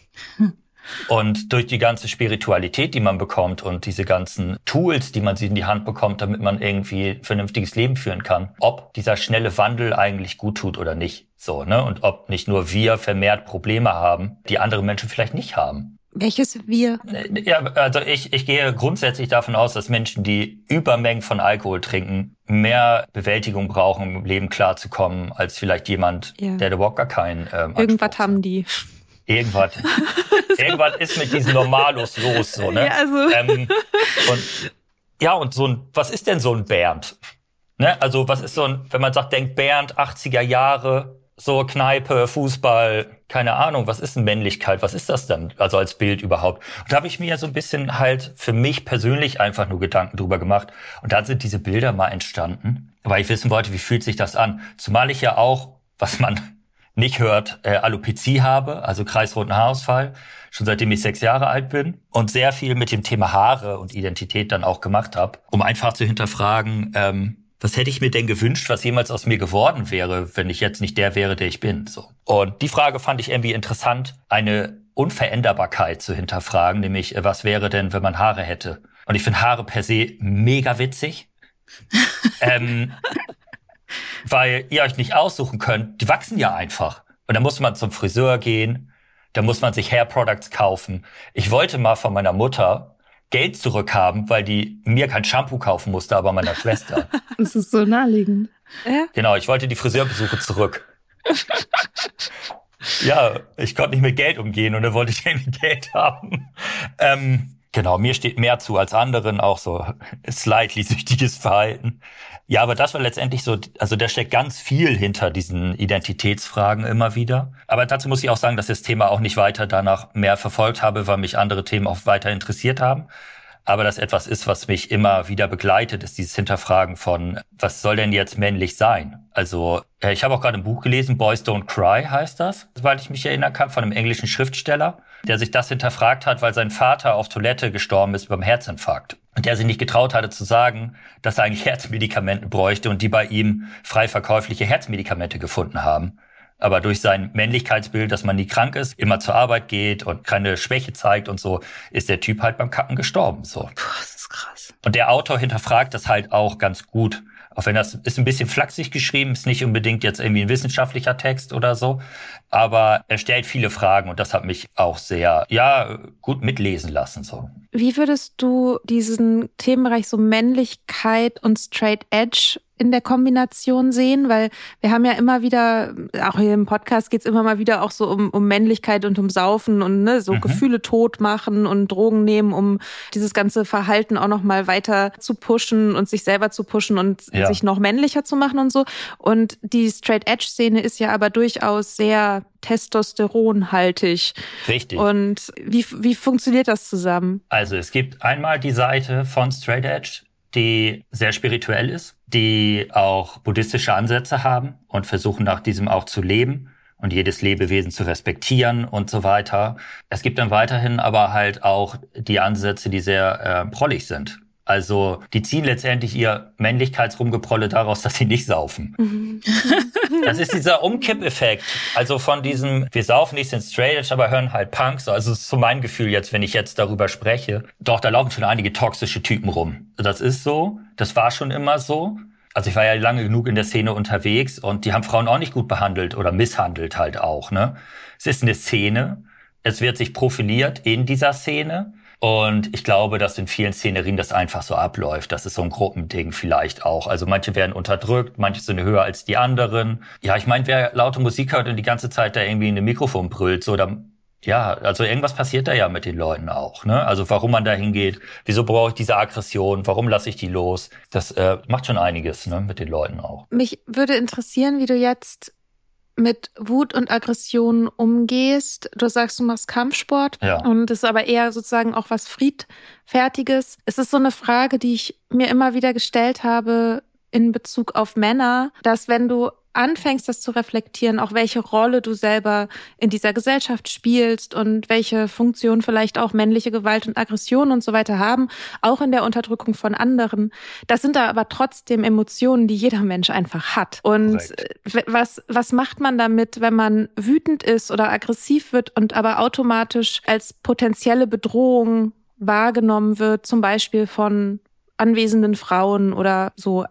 Und durch die ganze Spiritualität, die man bekommt und diese ganzen Tools, die man in die Hand bekommt, damit man irgendwie ein vernünftiges Leben führen kann, ob dieser schnelle Wandel eigentlich gut tut oder nicht. So, ne? Und ob nicht nur wir vermehrt Probleme haben, die andere Menschen vielleicht nicht haben. Welches wir? Ja, also ich gehe grundsätzlich davon aus, dass Menschen, die Übermengen von Alkohol trinken, mehr Bewältigung brauchen, um im Leben klarzukommen, als vielleicht jemand, der überhaupt gar keinen Irgendwas haben die. Irgendwas ist mit diesen Normalos los, so, ne? Ja, und so ein, was ist denn so ein Bernd? Ne? Also, was ist so ein, wenn man sagt, denkt Bernd, 80er Jahre, so Kneipe, Fußball, keine Ahnung, was ist denn Männlichkeit? Was ist das denn? Also als Bild überhaupt. Und da habe ich mir ja so ein bisschen halt für mich persönlich einfach nur Gedanken drüber gemacht. Und dann sind diese Bilder mal entstanden, weil ich wissen wollte, wie fühlt sich das an? Zumal ich ja auch, was man nicht hört, Alopezie habe, also kreisrunden Haarausfall, schon seitdem ich 6 Jahre alt bin und sehr viel mit dem Thema Haare und Identität dann auch gemacht habe, um einfach zu hinterfragen, was hätte ich mir denn gewünscht, was jemals aus mir geworden wäre, wenn ich jetzt nicht der wäre, der ich bin. So. Und die Frage fand ich irgendwie interessant, eine Unveränderbarkeit zu hinterfragen, nämlich was wäre denn, wenn man Haare hätte? Und ich finde Haare per se mega witzig. Weil ihr euch nicht aussuchen könnt, die wachsen ja einfach. Und dann muss man zum Friseur gehen, da muss man sich Hair Products kaufen. Ich wollte mal von meiner Mutter Geld zurückhaben, weil die mir kein Shampoo kaufen musste, aber meiner Schwester. Das ist so naheliegend. Ja? Genau, ich wollte die Friseurbesuche zurück. Ja, ich konnte nicht mit Geld umgehen und dann wollte ich irgendwie Geld haben. Genau, mir steht mehr zu als anderen, auch so slightly süchtiges Verhalten. Ja, aber das war letztendlich so, also da steckt ganz viel hinter diesen Identitätsfragen immer wieder. Aber dazu muss ich auch sagen, dass ich das Thema auch nicht weiter danach mehr verfolgt habe, weil mich andere Themen auch weiter interessiert haben. Aber das etwas ist, was mich immer wieder begleitet, ist dieses Hinterfragen von, was soll denn jetzt männlich sein? Also ich habe auch gerade ein Buch gelesen, Boys Don't Cry heißt das, weil ich mich erinnern kann, von einem englischen Schriftsteller, der sich das hinterfragt hat, weil sein Vater auf Toilette gestorben ist beim Herzinfarkt. Und der sich nicht getraut hatte zu sagen, dass er eigentlich Herzmedikamente bräuchte und die bei ihm frei verkäufliche Herzmedikamente gefunden haben. Aber durch sein Männlichkeitsbild, dass man nie krank ist, immer zur Arbeit geht und keine Schwäche zeigt und so, ist der Typ halt beim Kacken gestorben. So. Puh, das ist krass. Und der Autor hinterfragt das halt auch ganz gut. Auch wenn das ist ein bisschen flachsig geschrieben, ist nicht unbedingt jetzt irgendwie ein wissenschaftlicher Text oder so. Aber er stellt viele Fragen und das hat mich auch sehr, gut mitlesen lassen. So. Wie würdest du diesen Themenbereich so Männlichkeit und Straight Edge in der Kombination sehen? Weil wir haben ja immer wieder, auch hier im Podcast geht es immer mal wieder auch so um Männlichkeit und um Saufen und ne, so Gefühle tot machen und Drogen nehmen, um dieses ganze Verhalten auch nochmal weiter zu pushen und sich selber zu pushen und sich noch männlicher zu machen und so. Und die Straight-Edge-Szene ist ja aber durchaus sehr testosteronhaltig. Richtig. Und wie funktioniert das zusammen? Also es gibt einmal die Seite von Straight Edge, die sehr spirituell ist, die auch buddhistische Ansätze haben und versuchen nach diesem auch zu leben und jedes Lebewesen zu respektieren und so weiter. Es gibt dann weiterhin aber halt auch die Ansätze, die sehr prollig sind. Also die ziehen letztendlich ihr Männlichkeitsrumgeprolle daraus, dass sie nicht saufen. Das ist dieser Umkippeffekt. Also von diesem, wir saufen nicht, sind straight edge, aber hören halt Punks. Also das ist so mein Gefühl jetzt, wenn ich jetzt darüber spreche. Doch, da laufen schon einige toxische Typen rum. Das ist so. Das war schon immer so. Also ich war ja lange genug in der Szene unterwegs und die haben Frauen auch nicht gut behandelt oder misshandelt halt auch, ne? Es ist eine Szene. Es wird sich profiliert in dieser Szene. Und ich glaube, dass in vielen Szenerien das einfach so abläuft. Das ist so ein Gruppending vielleicht auch. Also manche werden unterdrückt, manche sind höher als die anderen. Ja, ich meine, wer laute Musik hört und die ganze Zeit da irgendwie in ein Mikrofon brüllt, so, dann, ja, also irgendwas passiert da ja mit den Leuten auch, ne? Also warum man da hingeht, wieso brauche ich diese Aggression, warum lasse ich die los? Das macht schon einiges, ne, mit den Leuten auch. Mich würde interessieren, wie du jetzt mit Wut und Aggression umgehst. Du sagst, du machst Kampfsport und das ist aber eher sozusagen auch was Friedfertiges. Es ist so eine Frage, die ich mir immer wieder gestellt habe in Bezug auf Männer, dass wenn du anfängst, das zu reflektieren, auch welche Rolle du selber in dieser Gesellschaft spielst und welche Funktion vielleicht auch männliche Gewalt und Aggression und so weiter haben, auch in der Unterdrückung von anderen. Das sind da aber trotzdem Emotionen, die jeder Mensch einfach hat. Und was macht man damit, wenn man wütend ist oder aggressiv wird und aber automatisch als potenzielle Bedrohung wahrgenommen wird, zum Beispiel von anwesenden Frauen oder so?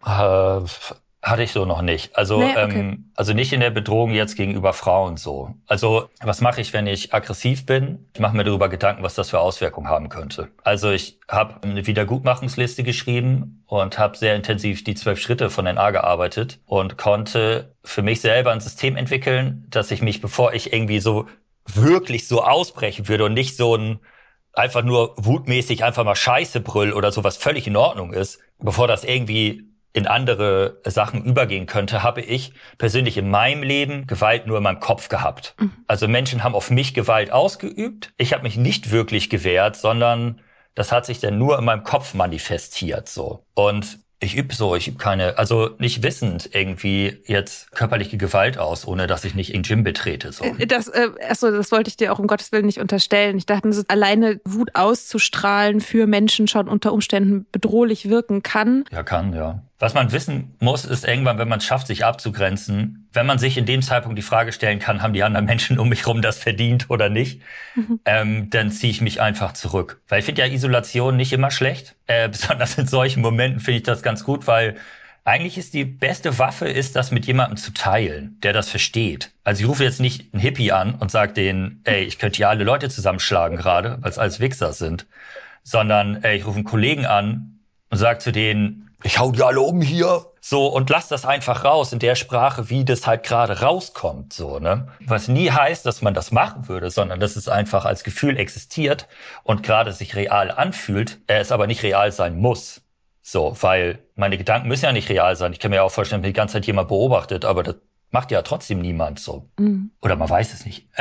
Hatte ich so noch nicht. Also, also nicht in der Bedrohung jetzt gegenüber Frauen so. Also, was mache ich, wenn ich aggressiv bin? Ich mache mir darüber Gedanken, was das für Auswirkungen haben könnte. Also, ich habe eine Wiedergutmachungsliste geschrieben und habe sehr intensiv die 12 Schritte von NA gearbeitet und konnte für mich selber ein System entwickeln, dass ich mich, bevor ich irgendwie so wirklich so ausbrechen würde und nicht so ein einfach nur wutmäßig einfach mal Scheiße brüll oder so, was völlig in Ordnung ist, bevor das irgendwie in andere Sachen übergehen könnte, habe ich persönlich in meinem Leben Gewalt nur in meinem Kopf gehabt. Also Menschen haben auf mich Gewalt ausgeübt. Ich habe mich nicht wirklich gewehrt, sondern das hat sich dann nur in meinem Kopf manifestiert, so. Und ich übe keine, also nicht wissend irgendwie jetzt körperliche Gewalt aus, ohne dass ich nicht in Gym betrete, so. Das wollte ich dir auch um Gottes Willen nicht unterstellen. Ich dachte, dass alleine Wut auszustrahlen für Menschen schon unter Umständen bedrohlich wirken kann. Ja, kann, ja. Was man wissen muss, ist irgendwann, wenn man es schafft, sich abzugrenzen, wenn man sich in dem Zeitpunkt die Frage stellen kann, haben die anderen Menschen um mich rum das verdient oder nicht, dann ziehe ich mich einfach zurück. Weil ich finde ja Isolation nicht immer schlecht. Besonders in solchen Momenten finde ich das ganz gut, weil eigentlich ist die beste Waffe, ist das mit jemandem zu teilen, der das versteht. Also ich rufe jetzt nicht einen Hippie an und sage denen, ey, ich könnte hier alle Leute zusammenschlagen gerade, weil es alles Wichser sind, sondern ich rufe einen Kollegen an und sage zu denen, ich hau die alle um hier. So, und lass das einfach raus in der Sprache, wie das halt gerade rauskommt, so, ne? Was nie heißt, dass man das machen würde, sondern dass es einfach als Gefühl existiert und gerade sich real anfühlt, es aber nicht real sein muss. So, weil meine Gedanken müssen ja nicht real sein. Ich kann mir auch vorstellen, wenn die ganze Zeit jemand beobachtet, aber das macht ja trotzdem niemand so. Oder man weiß es nicht.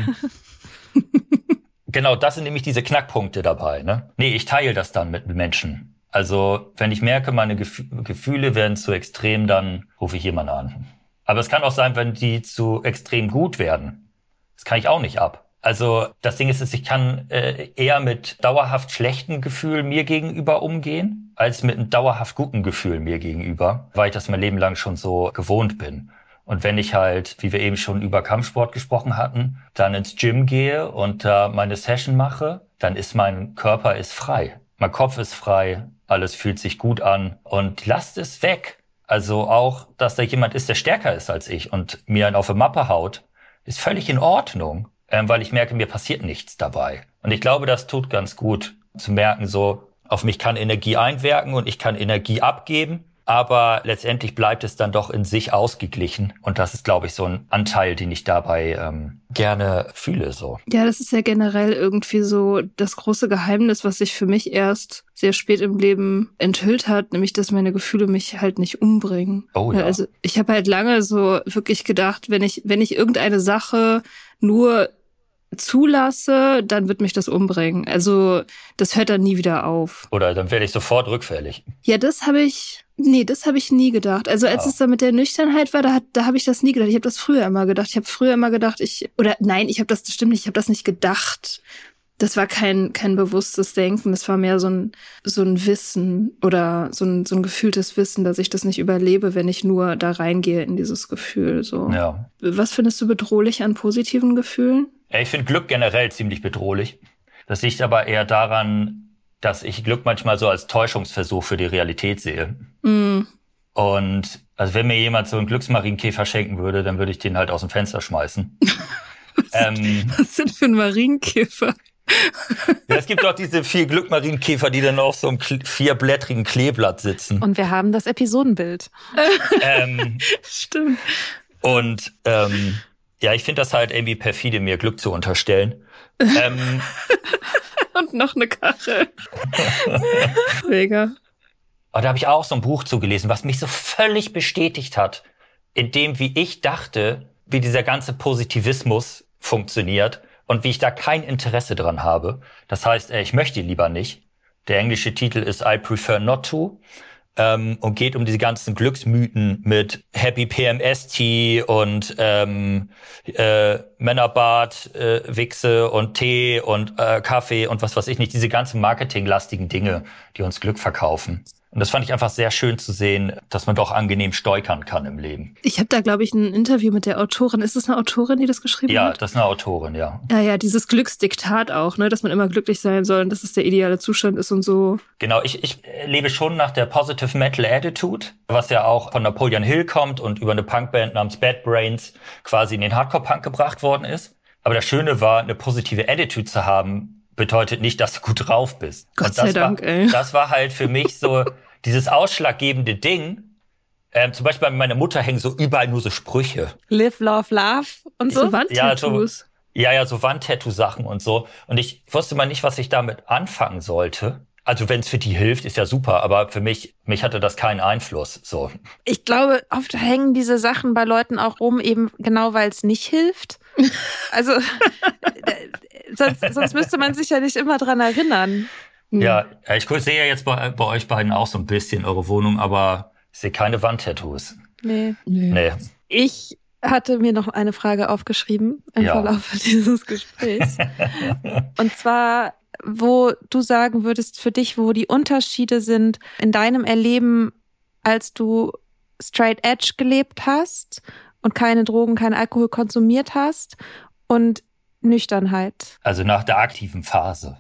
Genau, das sind nämlich diese Knackpunkte dabei, ne? Nee, ich teile das dann mit Menschen. Also, wenn ich merke, meine Gefühle werden zu extrem, dann rufe ich jemanden an. Aber es kann auch sein, wenn die zu extrem gut werden. Das kann ich auch nicht ab. Also, das Ding ist, ich kann eher mit dauerhaft schlechten Gefühlen mir gegenüber umgehen, als mit einem dauerhaft guten Gefühl mir gegenüber, weil ich das mein Leben lang schon so gewohnt bin. Und wenn ich halt, wie wir eben schon über Kampfsport gesprochen hatten, dann ins Gym gehe und da meine Session mache, dann ist mein Körper frei. Mein Kopf ist frei, alles fühlt sich gut an und lasst es weg. Also auch, dass da jemand ist, der stärker ist als ich und mir einen auf die Mappe haut, ist völlig in Ordnung, weil ich merke, mir passiert nichts dabei. Und ich glaube, das tut ganz gut zu merken, so auf mich kann Energie einwirken und ich kann Energie abgeben. Aber letztendlich bleibt es dann doch in sich ausgeglichen. Und das ist, glaube ich, so ein Anteil, den ich dabei gerne fühle. So. Ja, das ist ja generell irgendwie so das große Geheimnis, was sich für mich erst sehr spät im Leben enthüllt hat, nämlich, dass meine Gefühle mich halt nicht umbringen. Oh ja. Also ich habe halt lange so wirklich gedacht, wenn ich irgendeine Sache nur zulasse, dann wird mich das umbringen. Also das hört dann nie wieder auf. Oder dann werde ich sofort rückfällig. Ja, das habe ich nie gedacht. Also als es da mit der Nüchternheit war, da habe ich das nie gedacht. Ich habe das früher immer gedacht. Ich habe das nicht gedacht. Das war kein bewusstes Denken. Das war mehr so ein Wissen oder so ein gefühltes Wissen, dass ich das nicht überlebe, wenn ich nur da reingehe in dieses Gefühl. So. Ja. Was findest du bedrohlich an positiven Gefühlen? Ja, ich finde Glück generell ziemlich bedrohlich. Das liegt aber eher daran, dass ich Glück manchmal so als Täuschungsversuch für die Realität sehe. Mm. Und also wenn mir jemand so einen Glücksmarienkäfer schenken würde, dann würde ich den halt aus dem Fenster schmeißen. Was sind für ein Marienkäfer? Ja, es gibt auch diese 4 Glücksmarienkäfer, die dann auf so einem 4-blättrigen Kleeblatt sitzen. Und wir haben das Episodenbild. Stimmt. Und ja, ich finde das halt irgendwie perfide, mir Glück zu unterstellen. Und noch eine Kachel. Mega. Aber da habe ich auch so ein Buch zugelesen, was mich so völlig bestätigt hat, in dem, wie ich dachte, wie dieser ganze Positivismus funktioniert und wie ich da kein Interesse dran habe. Das heißt, ich möchte lieber nicht. Der englische Titel ist I Prefer Not To. Und geht um diese ganzen Glücksmythen mit Happy PMS-Tea und Männerbad, Wichse und Tee und Kaffee und was weiß ich nicht. Diese ganzen marketinglastigen Dinge, die uns Glück verkaufen. Und das fand ich einfach sehr schön zu sehen, dass man doch angenehm stolpern kann im Leben. Ich habe da, glaube ich, ein Interview mit der Autorin. Ist das eine Autorin, die das geschrieben hat? Ja, das ist eine Autorin, ja. Ja, dieses Glücksdiktat auch, ne, dass man immer glücklich sein soll und dass es der ideale Zustand ist und so. Genau, ich lebe schon nach der Positive Mental Attitude, was ja auch von Napoleon Hill kommt und über eine Punkband namens Bad Brains quasi in den Hardcore-Punk gebracht worden ist. Aber das Schöne war, eine positive Attitude zu haben, bedeutet nicht, dass du gut drauf bist. Gott sei Dank, ey. Das war halt für mich so dieses ausschlaggebende Ding. Zum Beispiel bei meiner Mutter hängen so überall nur so Sprüche. Live, love, love und so. Wandtattoos. So Wandtattoo-Sachen und so. Und ich wusste mal nicht, was ich damit anfangen sollte. Also wenn es für die hilft, ist ja super, aber für mich hatte das keinen Einfluss. So. Ich glaube, oft hängen diese Sachen bei Leuten auch rum, eben genau, weil es nicht hilft. Also sonst müsste man sich ja nicht immer dran erinnern. Ja, ich sehe ja jetzt bei euch beiden auch so ein bisschen eure Wohnung, aber ich sehe keine Wandtattoos. Nee. Ich hatte mir noch eine Frage aufgeschrieben im Verlauf dieses Gesprächs. Und zwar, wo du sagen würdest für dich, wo die Unterschiede sind in deinem Erleben, als du straight edge gelebt hast und keine Drogen, keinen Alkohol konsumiert hast und Nüchternheit. Also nach der aktiven Phase.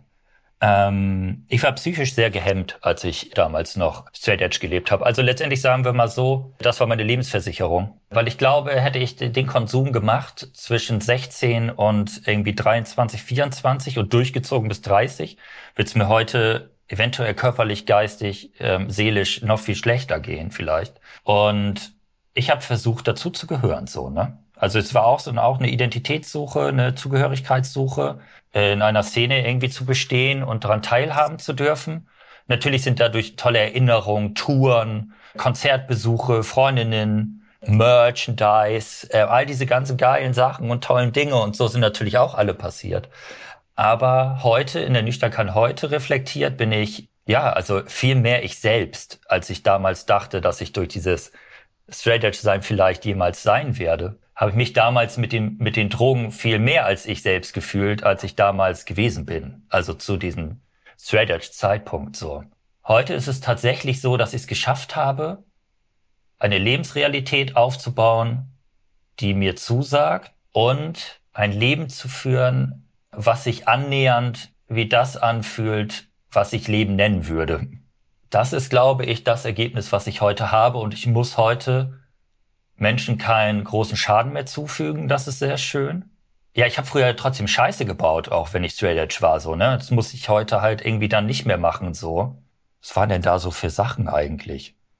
Ich war psychisch sehr gehemmt, als ich damals noch straight edge gelebt habe. Also letztendlich sagen wir mal so, das war meine Lebensversicherung. Weil ich glaube, hätte ich den Konsum gemacht zwischen 16 und irgendwie 23, 24 und durchgezogen bis 30, wird es mir heute eventuell körperlich, geistig, seelisch noch viel schlechter gehen vielleicht. Und ich habe versucht, dazu zu gehören, so, ne? Also es war auch eine Identitätssuche, eine Zugehörigkeitssuche, in einer Szene irgendwie zu bestehen und daran teilhaben zu dürfen. Natürlich sind dadurch tolle Erinnerungen, Touren, Konzertbesuche, Freundinnen, Merchandise, all diese ganzen geilen Sachen und tollen Dinge und so sind natürlich auch alle passiert. Aber heute, in der Nüchternheit heute reflektiert, bin ich, also viel mehr ich selbst, als ich damals dachte, dass ich durch dieses Straight Edge sein vielleicht jemals sein werde. Habe ich mich damals mit den Drogen viel mehr als ich selbst gefühlt, als ich damals gewesen bin. Also zu diesem Straight Edge Zeitpunkt so. Heute ist es tatsächlich so, dass ich es geschafft habe, eine Lebensrealität aufzubauen, die mir zusagt und ein Leben zu führen, was sich annähernd wie das anfühlt, was ich Leben nennen würde. Das ist, glaube ich, das Ergebnis, was ich heute habe und ich muss heute Menschen keinen großen Schaden mehr zufügen, das ist sehr schön. Ja, ich habe früher trotzdem Scheiße gebaut, auch wenn ich straight edge war, so, ne? Das muss ich heute halt irgendwie dann nicht mehr machen, so. Was waren denn da so für Sachen eigentlich?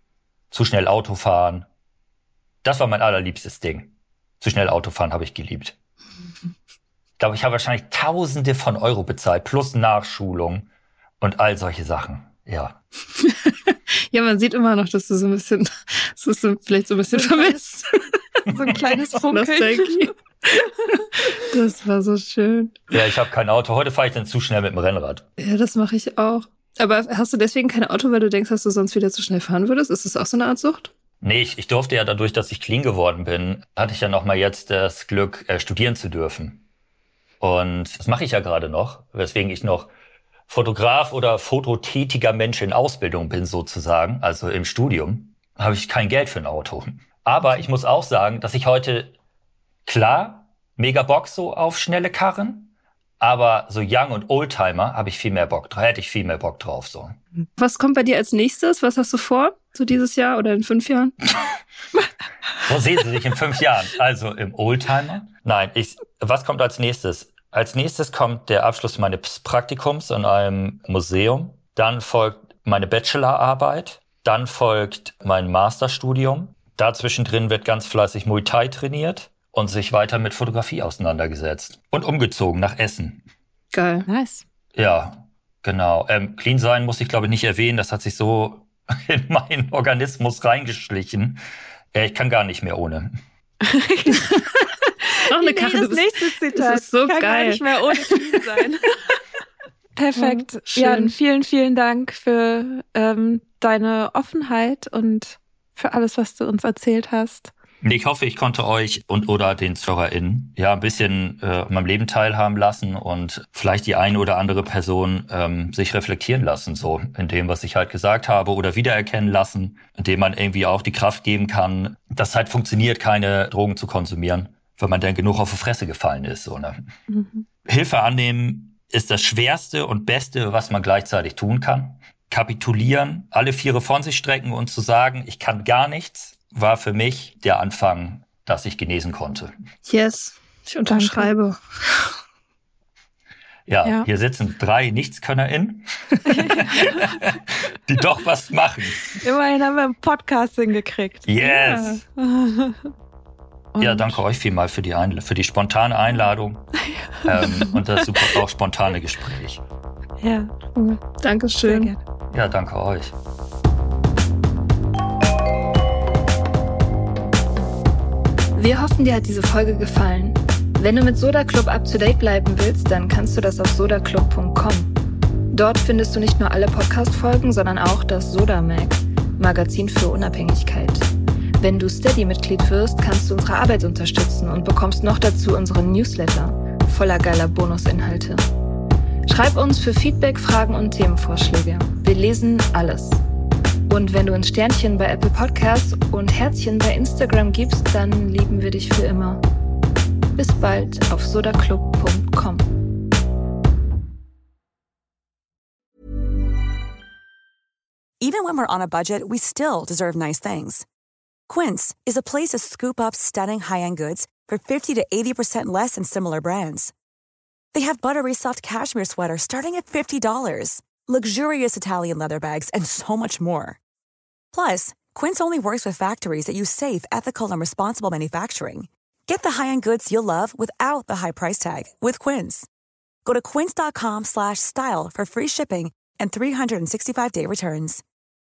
zu schnell Auto fahren. Das war mein allerliebstes Ding. Zu schnell Auto fahren habe ich geliebt. Ich glaube, ich habe wahrscheinlich Tausende von Euro bezahlt, plus Nachschulung und all solche Sachen. Ja. Ja, man sieht immer noch, dass du so ein bisschen, vielleicht so ein bisschen vermisst. So ein kleines Funkeln. Das war so schön. Ja, ich habe kein Auto. Heute fahre ich dann zu schnell mit dem Rennrad. Ja, das mache ich auch. Aber hast du deswegen kein Auto, weil du denkst, dass du sonst wieder zu schnell fahren würdest? Ist das auch so eine Art Sucht? Nee, ich durfte ja dadurch, dass ich clean geworden bin, hatte ich ja noch mal jetzt das Glück, studieren zu dürfen. Und das mache ich ja gerade noch, weswegen ich noch Fotograf oder fototätiger Mensch in Ausbildung bin sozusagen, also im Studium, habe ich kein Geld für ein Auto. Aber ich muss auch sagen, dass ich heute, klar, mega Bock so auf schnelle Karren, aber so Young- und Oldtimer habe ich viel mehr Bock drauf, hätte ich viel mehr Bock drauf. So. Was kommt bei dir als nächstes? Was hast du vor? So dieses Jahr oder in 5 Jahren? Wo sehen Sie sich in 5 Jahren? Also im Oldtimer? Nein, was kommt als nächstes? Als nächstes kommt der Abschluss meines Praktikums an einem Museum. Dann folgt meine Bachelorarbeit. Dann folgt mein Masterstudium. Dazwischendrin wird ganz fleißig Muay Thai trainiert und sich weiter mit Fotografie auseinandergesetzt. Und umgezogen nach Essen. Geil. Nice. Ja, genau. Clean sein muss ich, glaube ich, nicht erwähnen. Das hat sich so in meinen Organismus reingeschlichen. Ich kann gar nicht mehr ohne. Noch eine Karte. Das nächste Zitat. Das ist so kann geil. Gar nicht mehr ohne Clean sein. Perfekt. Schön. Jan, vielen, vielen Dank für deine Offenheit und für alles, was du uns erzählt hast. Ich hoffe, ich konnte euch oder den ZuhörerInnen ein bisschen an meinem Leben teilhaben lassen und vielleicht die eine oder andere Person sich reflektieren lassen, so in dem, was ich halt gesagt habe, oder wiedererkennen lassen, indem man irgendwie auch die Kraft geben kann, dass halt funktioniert, keine Drogen zu konsumieren, wenn man dann genug auf die Fresse gefallen ist. So, ne? Hilfe annehmen ist das Schwerste und Beste, was man gleichzeitig tun kann. Kapitulieren, alle Viere von sich strecken und zu sagen, ich kann gar nichts, war für mich der Anfang, dass ich genesen konnte. Yes, ich unterschreibe. Ja, hier sitzen 3 NichtskönnerInnen, die doch was machen. Immerhin haben wir einen Podcast hingekriegt. Yes! Ja, danke euch vielmal für die spontane Einladung und das super auch spontane Gespräch. Ja, Dankeschön. sehr gerne. Ja, danke euch. Wir hoffen, dir hat diese Folge gefallen. Wenn du mit Soda Club up-to-date bleiben willst, dann kannst du das auf sodaclub.com. Dort findest du nicht nur alle Podcast-Folgen, sondern auch das Soda Mag, Magazin für Unabhängigkeit. Wenn du Steady-Mitglied wirst, kannst du unsere Arbeit unterstützen und bekommst noch dazu unseren Newsletter voller geiler Bonusinhalte. Schreib uns für Feedback, Fragen und Themenvorschläge. Wir lesen alles. Und wenn du uns Sternchen bei Apple Podcasts und Herzchen bei Instagram gibst, dann lieben wir dich für immer. Bis bald auf sodaclub.com. Even when we're on a budget, we still deserve nice things. Quince is a place to scoop up stunning high-end goods for 50 to 80% less than similar brands. They have buttery soft cashmere sweaters starting at $50, luxurious Italian leather bags, and so much more. Plus, Quince only works with factories that use safe, ethical, and responsible manufacturing. Get the high-end goods you'll love without the high price tag with Quince. Go to quince.com/style for free shipping and 365-day returns.